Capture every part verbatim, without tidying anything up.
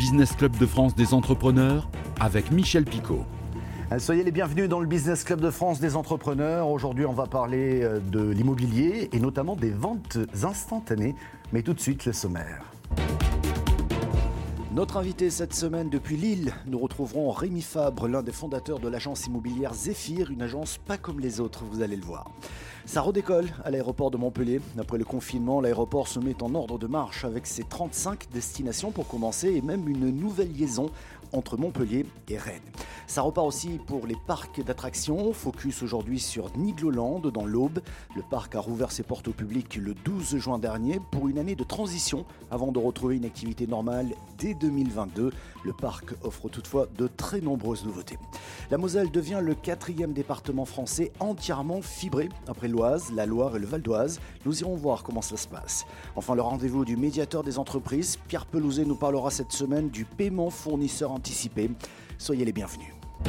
Business Club de France des entrepreneurs avec Michel Picot. Soyez les bienvenus dans le Business Club de France des entrepreneurs. Aujourd'hui, on va parler de l'immobilier et notamment des ventes instantanées. Mais tout de suite, le sommaire. Notre invité cette semaine depuis Lille, nous retrouverons Rémi Fabre, l'un des fondateurs de l'agence immobilière Zéphyr, une agence pas comme les autres, vous allez le voir. Ça redécolle à l'aéroport de Montpellier. Après le confinement, l'aéroport se met en ordre de marche avec ses trente-cinq destinations pour commencer et même une nouvelle liaison entre Montpellier et Rennes. Ça repart aussi pour les parcs d'attractions. Focus aujourd'hui sur Nigloland dans l'Aube. Le parc a rouvert ses portes au public le douze juin dernier pour une année de transition avant de retrouver une activité normale dès deux mille vingt-deux. Le parc offre toutefois de très nombreuses nouveautés. La Moselle devient le quatrième département français entièrement fibré après l'Oise, la Loire et le Val d'Oise. Nous irons voir comment ça se passe. Enfin, le rendez-vous du médiateur des entreprises. Pierre Pelouzet nous parlera cette semaine du paiement fournisseur anticipé. Soyez les bienvenus.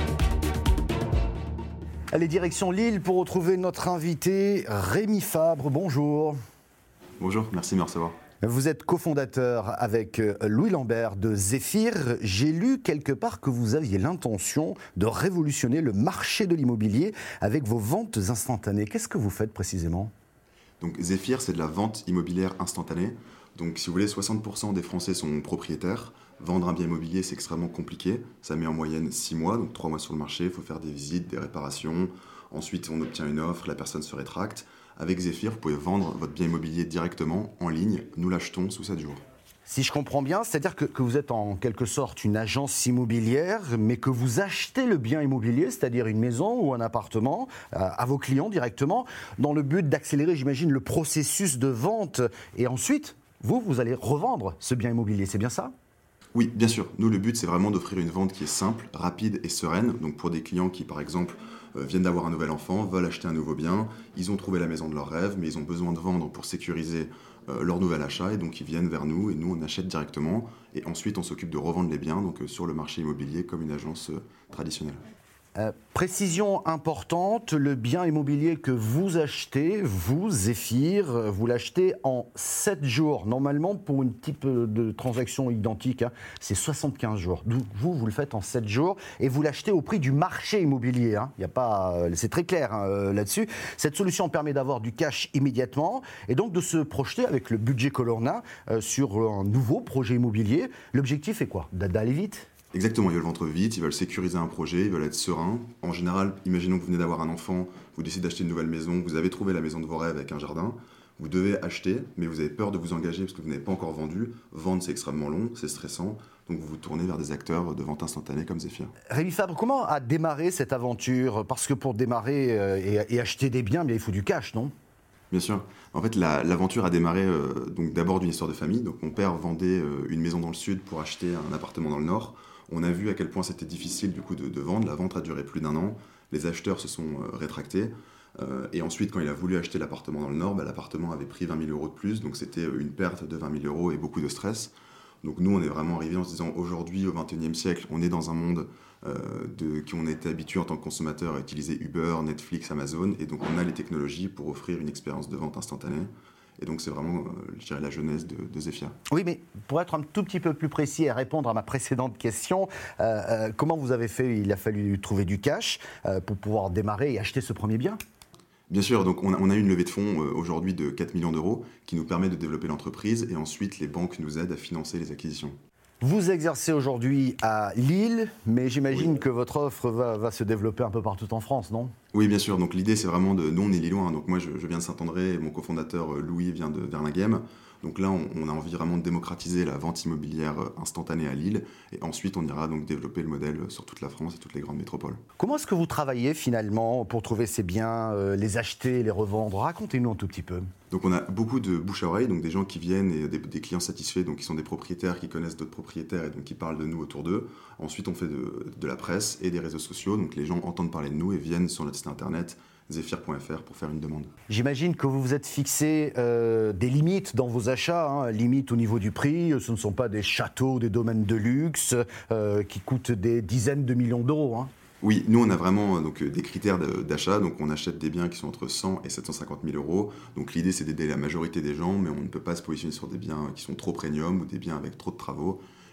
Allez, direction Lille pour retrouver notre invité Rémi Fabre. Bonjour. Bonjour, merci de me recevoir. Vous êtes cofondateur avec Louis Lambert de Zéphyr. J'ai lu quelque part que vous aviez l'intention de révolutionner le marché de l'immobilier avec vos ventes instantanées. Qu'est-ce que vous faites précisément ? Donc Zéphyr, c'est de la vente immobilière instantanée. Donc si vous voulez, soixante pour cent des Français sont propriétaires. Vendre un bien immobilier, c'est extrêmement compliqué. Ça met en moyenne six mois, donc trois mois sur le marché. Il faut faire des visites, des réparations. Ensuite, on obtient une offre, la personne se rétracte. Avec Zéphyr, vous pouvez vendre votre bien immobilier directement, en ligne. Nous l'achetons sous sept jours. Si je comprends bien, c'est-à-dire que, que vous êtes en quelque sorte une agence immobilière, mais que vous achetez le bien immobilier, c'est-à-dire une maison ou un appartement, euh, à vos clients directement, dans le but d'accélérer, j'imagine, le processus de vente. Et ensuite, vous, vous allez revendre ce bien immobilier, c'est bien ça ? Oui, bien sûr. Nous, le but, c'est vraiment d'offrir une vente qui est simple, rapide et sereine. Donc pour des clients qui, par exemple, euh, viennent d'avoir un nouvel enfant, veulent acheter un nouveau bien, ils ont trouvé la maison de leur rêve, mais ils ont besoin de vendre pour sécuriser euh, leur nouvel achat, et donc ils viennent vers nous, et nous, on achète directement. Et ensuite, on s'occupe de revendre les biens donc, euh, sur le marché immobilier comme une agence euh, traditionnelle. Euh, précision importante, le bien immobilier que vous achetez, vous, Zéphyr, vous l'achetez en sept jours. Normalement, pour une type de transaction identique, hein, c'est soixante-quinze jours. Vous, vous le faites en sept jours et vous l'achetez au prix du marché immobilier. Hein. Y a pas, c'est très clair hein, là-dessus. Cette solution permet d'avoir du cash immédiatement et donc de se projeter avec le budget que l'on a euh, sur un nouveau projet immobilier. L'objectif est quoi ? D'aller vite ? Exactement, ils veulent vendre vite, ils veulent sécuriser un projet, ils veulent être sereins. En général, imaginons que vous venez d'avoir un enfant, vous décidez d'acheter une nouvelle maison, vous avez trouvé la maison de vos rêves avec un jardin, vous devez acheter, mais vous avez peur de vous engager parce que vous n'avez pas encore vendu. Vendre, c'est extrêmement long, c'est stressant, donc vous vous tournez vers des acteurs de vente instantanée comme Zéphyr. Rémi Fabre, comment a démarré cette aventure ? Parce que pour démarrer euh, et, et acheter des biens, bien, il faut du cash, non ? Bien sûr. En fait, la, l'aventure a démarré euh, donc d'abord d'une histoire de famille. Donc mon père vendait euh, une maison dans le sud pour acheter un appartement dans le nord. On a vu à quel point c'était difficile du coup de, de vendre. La vente a duré plus d'un an. Les acheteurs se sont euh, rétractés. Euh, et ensuite, quand il a voulu acheter l'appartement dans le Nord, bah, l'appartement avait pris vingt mille euros de plus. Donc c'était une perte de vingt mille euros et beaucoup de stress. Donc nous, on est vraiment arrivés en se disant, aujourd'hui, au vingt et unième siècle, on est dans un monde euh, de, qui on était habitué en tant que consommateur à utiliser Uber, Netflix, Amazon. Et donc on a les technologies pour offrir une expérience de vente instantanée. Et donc, c'est vraiment, euh, je dirais, la jeunesse de, de Zéphyr. Oui, mais pour être un tout petit peu plus précis et répondre à ma précédente question, euh, euh, comment vous avez fait ? Il a fallu trouver du cash euh, pour pouvoir démarrer et acheter ce premier bien ? Bien sûr, donc on a, on a eu une levée de fonds euh, aujourd'hui de quatre millions d'euros qui nous permet de développer l'entreprise et ensuite les banques nous aident à financer les acquisitions. Vous exercez aujourd'hui à Lille, mais j'imagine oui. que votre offre va, va se développer un peu partout en France, non ? Oui, bien sûr. Donc l'idée, c'est vraiment de... Nous, on est lillois. Hein, donc moi, je, je viens de Saint-André et mon cofondateur Louis vient de Verlinghem. Donc là, on, on a envie vraiment de démocratiser la vente immobilière instantanée à Lille. Et ensuite, on ira donc développer le modèle sur toute la France et toutes les grandes métropoles. Comment est-ce que vous travaillez finalement pour trouver ces biens, euh, les acheter, les revendre ? Racontez-nous un tout petit peu. Donc on a beaucoup de bouche à oreille, donc des gens qui viennent et des, des clients satisfaits, donc qui sont des propriétaires, qui connaissent d'autres propriétaires et donc qui parlent de nous autour d'eux. Ensuite, on fait de, de la presse et des réseaux sociaux, donc les gens entendent parler de nous et viennent sur notre site internet zéphyr point f r pour faire une demande. J'imagine que vous vous êtes fixé euh, des limites dans vos achats, hein, limites au niveau du prix. Ce ne sont pas des châteaux, des domaines de luxe euh, qui coûtent des dizaines de millions d'euros. Hein. Oui, nous on a vraiment donc, des critères d'achat, donc on achète des biens qui sont entre cent et sept cent cinquante mille euros. Donc l'idée c'est d'aider la majorité des gens, mais on ne peut pas se positionner sur des biens qui sont trop premium ou des biens avec trop de travaux.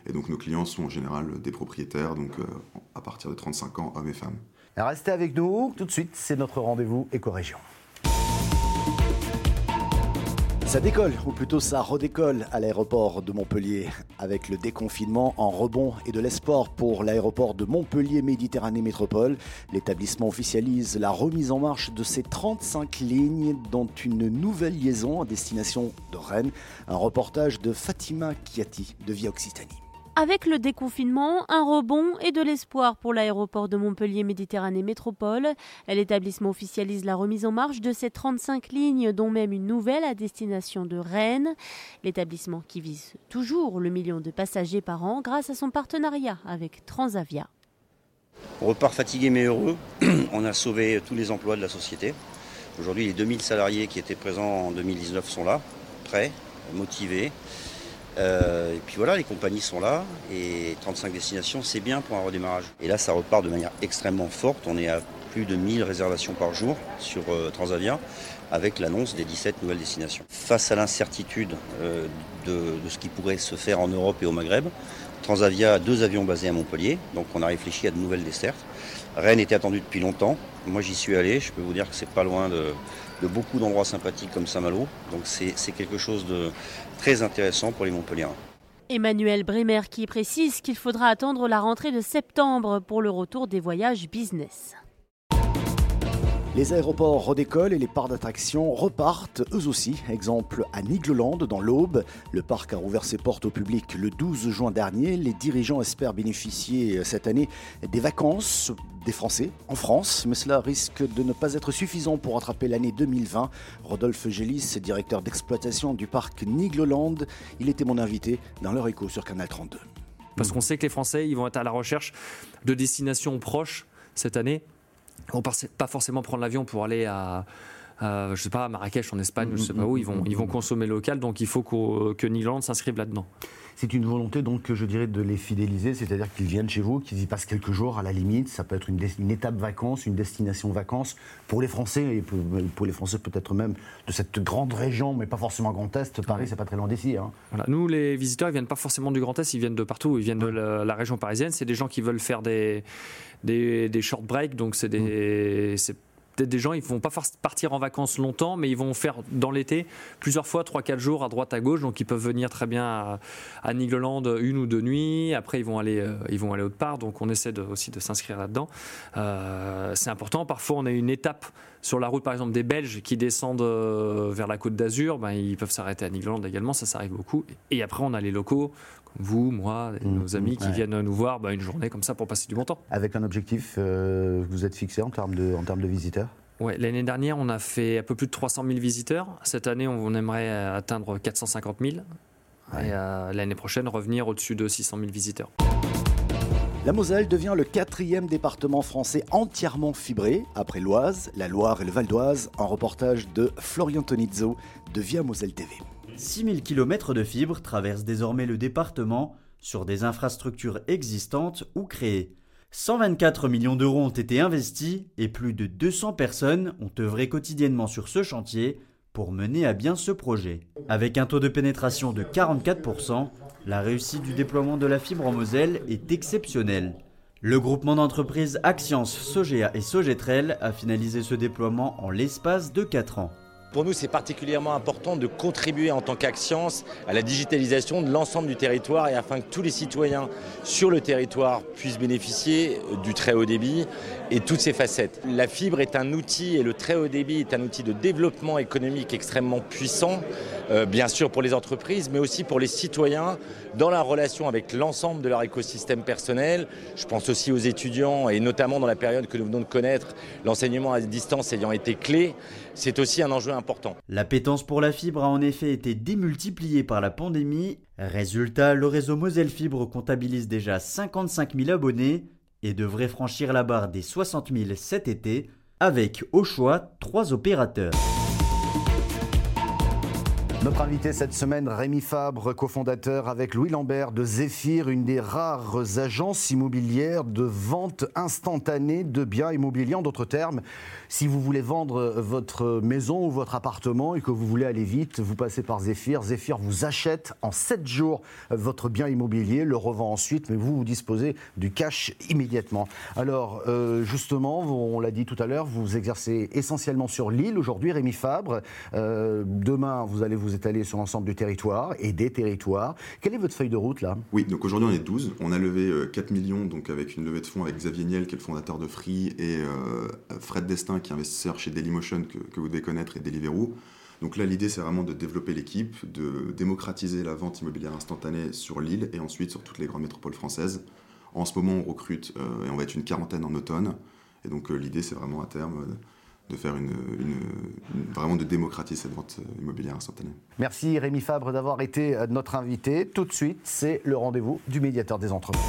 Et donc nos clients sont en général des propriétaires, donc euh, à partir de trente-cinq ans, hommes et femmes. Restez avec nous, tout de suite, c'est notre rendez-vous Éco-Région. Ça décolle, ou plutôt ça redécolle à l'aéroport de Montpellier. Avec le déconfinement en rebond et de l'espoir pour l'aéroport de Montpellier Méditerranée Métropole, l'établissement officialise la remise en marche de ses trente-cinq lignes, dont une nouvelle liaison à destination de Rennes. Un reportage de Fatima Kiati de Via Occitanie. Avec le déconfinement, un rebond et de l'espoir pour l'aéroport de Montpellier Méditerranée Métropole. L'établissement officialise la remise en marche de ses trente-cinq lignes, dont même une nouvelle à destination de Rennes. L'établissement qui vise toujours le million de passagers par an grâce à son partenariat avec Transavia. On repart fatigué mais heureux. On a sauvé tous les emplois de la société. Aujourd'hui, les deux mille salariés qui étaient présents en deux mille dix-neuf sont là, prêts, motivés. Euh, et puis voilà, les compagnies sont là et trente-cinq destinations, c'est bien pour un redémarrage. Et là, ça repart de manière extrêmement forte. On est à plus de mille réservations par jour sur euh, Transavia avec l'annonce des dix-sept nouvelles destinations. Face à l'incertitude euh, de, de ce qui pourrait se faire en Europe et au Maghreb, Transavia a deux avions basés à Montpellier, donc on a réfléchi à de nouvelles dessertes. Rennes était attendu depuis longtemps. Moi, j'y suis allé. Je peux vous dire que c'est pas loin de, de beaucoup d'endroits sympathiques comme Saint-Malo. Donc c'est, c'est quelque chose de très intéressant pour les Montpelliérains. Emmanuel Bremer qui précise qu'il faudra attendre la rentrée de septembre pour le retour des voyages business. Les aéroports redécollent et les parcs d'attractions repartent eux aussi. Exemple à Nigloland dans l'Aube. Le parc a rouvert ses portes au public le douze juin dernier. Les dirigeants espèrent bénéficier cette année des vacances des Français en France. Mais cela risque de ne pas être suffisant pour rattraper l'année deux mille vingt. Rodolphe Gélis, directeur d'exploitation du parc Nigloland, il était mon invité dans l'heure écho sur Canal trente-deux. Parce qu'on sait que les Français ils vont être à la recherche de destinations proches cette année. On ne va pas forcément prendre l'avion pour aller à, à je sais pas, à Marrakech en Espagne, je ne sais pas où, ils vont, ils vont consommer local, donc il faut que Nigloland s'inscrive là-dedans. C'est une volonté donc, je dirais, de les fidéliser, c'est-à-dire qu'ils viennent chez vous, qu'ils y passent quelques jours à la limite. Ça peut être une, une étape vacances, une destination vacances pour les Français, et pour, pour les Français peut-être même de cette grande région, mais pas forcément Grand Est. Paris, oui. C'est pas très loin d'ici. Hein. Voilà. Nous, les visiteurs, ils viennent pas forcément du Grand Est, ils viennent de partout. Ils viennent de la, la région parisienne. C'est des gens qui veulent faire des, des, des short breaks, donc c'est des... Mmh. C'est peut-être des gens, ils ne vont pas partir en vacances longtemps, mais ils vont faire dans l'été plusieurs fois, trois quatre jours à droite à gauche. Donc ils peuvent venir très bien à, à Nigloland une ou deux nuits. Après, ils vont aller, euh, ils vont aller autre part. Donc on essaie de, aussi de s'inscrire là-dedans. Euh, c'est important. Parfois, on a une étape sur la route, par exemple, des Belges qui descendent euh, vers la Côte d'Azur. Ben, ils peuvent s'arrêter à Nigloland également. Ça, ça arrive beaucoup. Et après, on a les locaux, comme vous, moi, et mmh, nos amis qui ouais. viennent nous voir ben, une journée comme ça pour passer du bon temps. Avec un objectif euh, que vous êtes fixé en termes de, en termes de visiteurs ? Ouais, l'année dernière, on a fait un peu plus de trois cent mille visiteurs. Cette année, on aimerait atteindre quatre cent cinquante mille. Ouais. Et euh, l'année prochaine, revenir au-dessus de six cent mille visiteurs. La Moselle devient le quatrième département français entièrement fibré, après l'Oise, la Loire et le Val d'Oise. Un reportage de Florian Tonizzo de Via Moselle T V. six mille kilomètres de fibres traversent désormais le département sur des infrastructures existantes ou créées. cent vingt-quatre millions d'euros ont été investis et plus de deux cents personnes ont œuvré quotidiennement sur ce chantier pour mener à bien ce projet. Avec un taux de pénétration de quarante-quatre pour cent, la réussite du déploiement de la fibre en Moselle est exceptionnelle. Le groupement d'entreprises Axians, Sogea et Sogetrel a finalisé ce déploiement en l'espace de quatre ans. Pour nous, c'est particulièrement important de contribuer en tant qu'Axians à la digitalisation de l'ensemble du territoire et afin que tous les citoyens sur le territoire puissent bénéficier du très haut débit et toutes ses facettes. La fibre est un outil et le très haut débit est un outil de développement économique extrêmement puissant, euh, bien sûr pour les entreprises, mais aussi pour les citoyens dans la relation avec l'ensemble de leur écosystème personnel. Je pense aussi aux étudiants et notamment dans la période que nous venons de connaître, l'enseignement à distance ayant été clé, c'est aussi un enjeu important. L'appétence pour la fibre a en effet été démultipliée par la pandémie. Résultat, le réseau Moselle Fibre comptabilise déjà cinquante-cinq mille abonnés et devrait franchir la barre des soixante mille cet été, avec au choix trois opérateurs. Notre invité cette semaine, Rémi Fabre, cofondateur avec Louis Lambert de Zéphyr, une des rares agences immobilières de vente instantanée de biens immobiliers. En d'autres termes, si vous voulez vendre votre maison ou votre appartement et que vous voulez aller vite, vous passez par Zéphyr. Zéphyr vous achète en sept jours votre bien immobilier, le revend ensuite, mais vous, vous disposez du cash immédiatement. Alors, euh, justement, on l'a dit tout à l'heure, vous exercez essentiellement sur l'île aujourd'hui, Rémi Fabre. Euh, demain, vous allez vous étaler sur l'ensemble du territoire et des territoires. Quelle est votre feuille de route là ? Oui, donc aujourd'hui on est douze. On a levé euh, quatre millions donc avec une levée de fonds avec Xavier Niel qui est le fondateur de Free et euh, Fred Destin qui est investisseur chez Dailymotion que, que vous devez connaître et Deliveroo. Donc là l'idée c'est vraiment de développer l'équipe, de démocratiser la vente immobilière instantanée sur l'île et ensuite sur toutes les grandes métropoles françaises. En ce moment on recrute euh, et on va être une quarantaine en automne. Et donc euh, l'idée c'est vraiment à terme... Euh, de faire une, une, une, vraiment de démocratiser cette vente immobilière instantanée. Merci Rémi Fabre d'avoir été notre invité. Tout de suite, c'est le rendez-vous du médiateur des entreprises.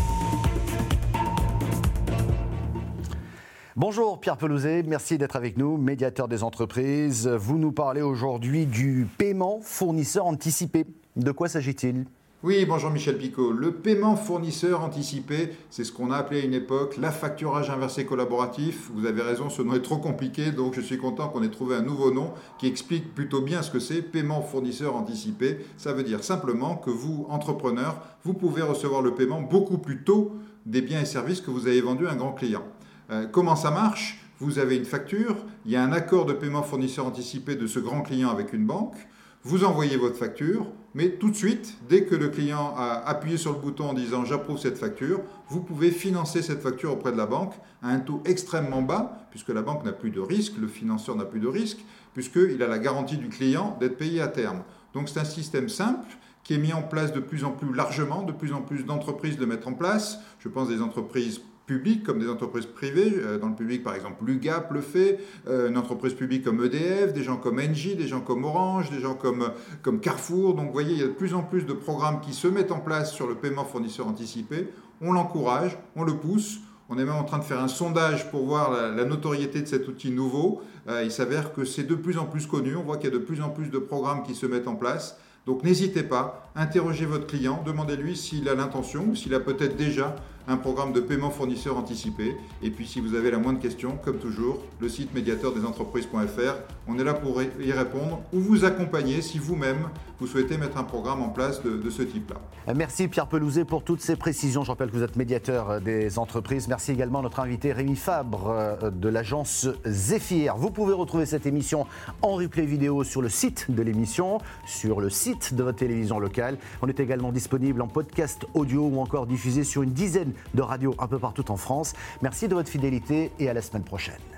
Bonjour Pierre Pelouzet, merci d'être avec nous, médiateur des entreprises. Vous nous parlez aujourd'hui du paiement fournisseur anticipé. De quoi s'agit-il ? Oui, bonjour Michel Picot. Le paiement fournisseur anticipé, c'est ce qu'on a appelé à une époque l'affacturage inversé collaboratif. Vous avez raison, ce nom est trop compliqué, donc je suis content qu'on ait trouvé un nouveau nom qui explique plutôt bien ce que c'est, paiement fournisseur anticipé. Ça veut dire simplement que vous, entrepreneur, vous pouvez recevoir le paiement beaucoup plus tôt des biens et services que vous avez vendus à un grand client. Euh, comment ça marche ? Vous avez une facture, il y a un accord de paiement fournisseur anticipé de ce grand client avec une banque. Vous envoyez votre facture, mais tout de suite, dès que le client a appuyé sur le bouton en disant « j'approuve cette facture », vous pouvez financer cette facture auprès de la banque à un taux extrêmement bas, puisque la banque n'a plus de risque, le financeur n'a plus de risque, puisqu'il a la garantie du client d'être payé à terme. Donc c'est un système simple qui est mis en place de plus en plus largement, de plus en plus d'entreprises le mettent en place. Je pense des entreprises publiques comme des entreprises privées. Dans le public, par exemple, l'U G A P le fait, euh, une entreprise publique comme E D F, des gens comme Engie, des gens comme Orange, des gens comme, comme Carrefour. Donc vous voyez, il y a de plus en plus de programmes qui se mettent en place sur le paiement fournisseur anticipé. On l'encourage, on le pousse. On est même en train de faire un sondage pour voir la, la notoriété de cet outil nouveau. Euh, il s'avère que c'est de plus en plus connu. On voit qu'il y a de plus en plus de programmes qui se mettent en place. Donc n'hésitez pas, interrogez votre client, demandez-lui s'il a l'intention ou s'il a peut-être déjà un programme de paiement fournisseur anticipé. Et puis si vous avez la moindre question, comme toujours, le site médiateur des entreprises point f r, on est là pour y répondre ou vous accompagner si vous-même vous souhaitez mettre un programme en place de, de ce type-là. Merci Pierre Pelouzet pour toutes ces précisions. Je rappelle que vous êtes médiateur des entreprises. Merci également à notre invité Rémi Fabre de l'agence Zéphyr. Vous pouvez retrouver cette émission en replay vidéo sur le site de l'émission, sur le site de votre télévision locale. On est également disponible en podcast audio ou encore diffusé sur une dizaine de radios un peu partout en France. Merci de votre fidélité et à la semaine prochaine.